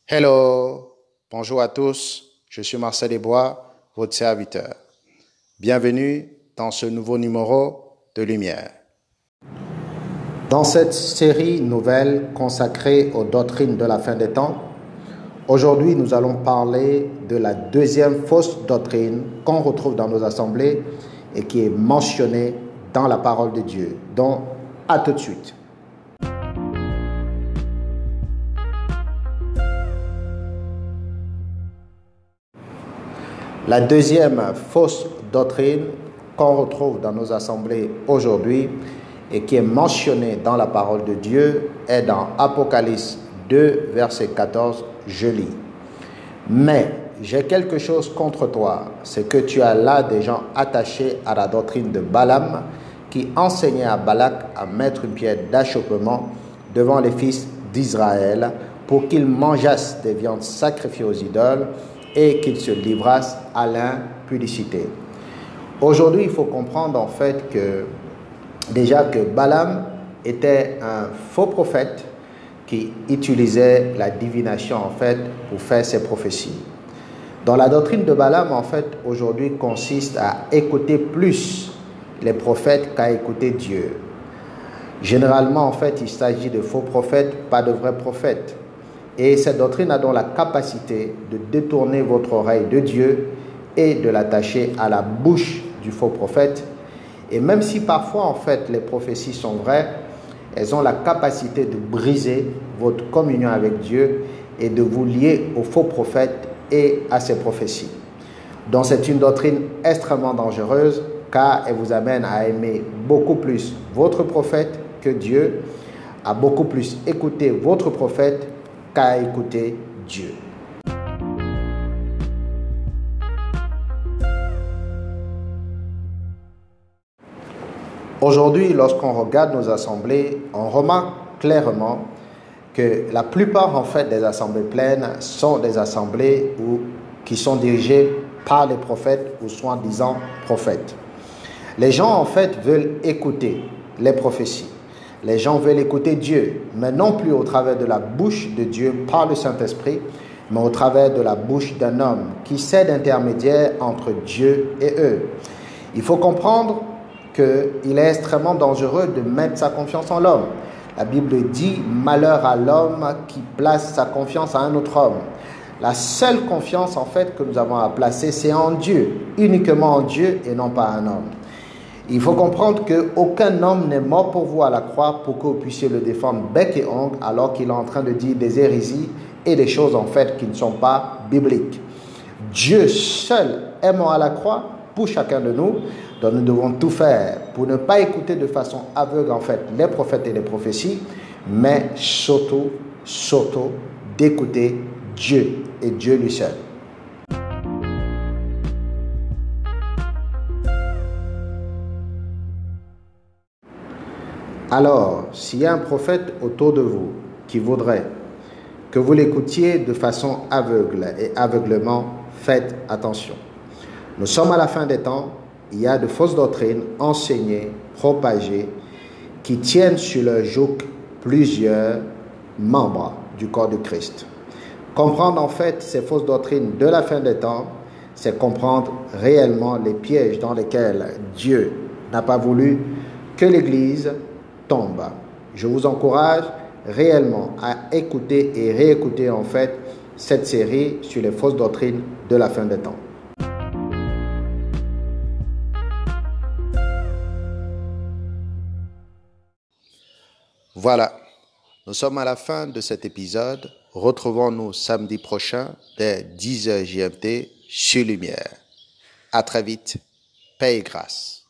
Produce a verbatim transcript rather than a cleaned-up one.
Hello, bonjour à tous, je suis Marcel Desbois, votre serviteur. Bienvenue dans ce nouveau numéro de Lumière. Dans cette série nouvelle consacrée aux doctrines de la fin des temps, aujourd'hui nous allons parler de la deuxième fausse doctrine qu'on retrouve dans nos assemblées et qui est mentionnée dans la parole de Dieu. Donc, à tout de suite. La deuxième fausse doctrine qu'on retrouve dans nos assemblées aujourd'hui et qui est mentionnée dans la parole de Dieu est dans Apocalypse deux, verset quatorze, je lis. Mais j'ai quelque chose contre toi, c'est que tu as là des gens attachés à la doctrine de Balaam qui enseignait à Balak à mettre une pierre d'achoppement devant les fils d'Israël pour qu'ils mangeassent des viandes sacrifiées aux idoles et qu'ils se livrassent à l'impudicité. Aujourd'hui, il faut comprendre en fait que déjà que Balaam était un faux prophète qui utilisait la divination en fait pour faire ses prophéties. Dans la doctrine de Balaam en fait aujourd'hui consiste à écouter plus les prophètes qu'à écouter Dieu. Généralement en fait il s'agit de faux prophètes, pas de vrais prophètes. Et cette doctrine a donc la capacité de détourner votre oreille de Dieu et de l'attacher à la bouche du faux prophète. Et même si parfois, en fait, les prophéties sont vraies, elles ont la capacité de briser votre communion avec Dieu et de vous lier au faux prophète et à ses prophéties. Donc c'est une doctrine extrêmement dangereuse car elle vous amène à aimer beaucoup plus votre prophète que Dieu, à beaucoup plus écouter votre prophète qu'à écouter Dieu. Aujourd'hui, lorsqu'on regarde nos assemblées, on remarque clairement que la plupart en fait des assemblées pleines sont des assemblées où, qui sont dirigées par les prophètes ou soi-disant prophètes. Les gens en fait veulent écouter les prophéties. Les gens veulent écouter Dieu, mais non plus au travers de la bouche de Dieu par le Saint-Esprit, mais au travers de la bouche d'un homme qui sert d'intermédiaire entre Dieu et eux. Il faut comprendre qu'il est extrêmement dangereux de mettre sa confiance en l'homme. La Bible dit « Malheur à l'homme qui place sa confiance à un autre homme ». La seule confiance en fait que nous avons à placer, c'est en Dieu, uniquement en Dieu et non pas un homme. Il faut comprendre qu'aucun homme n'est mort pour vous à la croix pour que vous puissiez le défendre bec et ongle alors qu'il est en train de dire des hérésies et des choses en fait qui ne sont pas bibliques. Dieu seul est mort à la croix pour chacun de nous, donc nous devons tout faire pour ne pas écouter de façon aveugle en fait les prophètes et les prophéties, mais surtout, surtout d'écouter Dieu et Dieu lui seul. Alors, s'il y a un prophète autour de vous qui voudrait que vous l'écoutiez de façon aveugle et aveuglement, faites attention. Nous sommes à la fin des temps, il y a de fausses doctrines enseignées, propagées, qui tiennent sur leur joug plusieurs membres du corps de Christ. Comprendre en fait ces fausses doctrines de la fin des temps, c'est comprendre réellement les pièges dans lesquels Dieu n'a pas voulu que l'Église tombe. Je vous encourage réellement à écouter et réécouter en fait cette série sur les fausses doctrines de la fin des temps. Voilà, nous sommes à la fin de cet épisode. Retrouvons-nous samedi prochain dès dix heures G M T sur Lumière. À très vite, paix et grâce.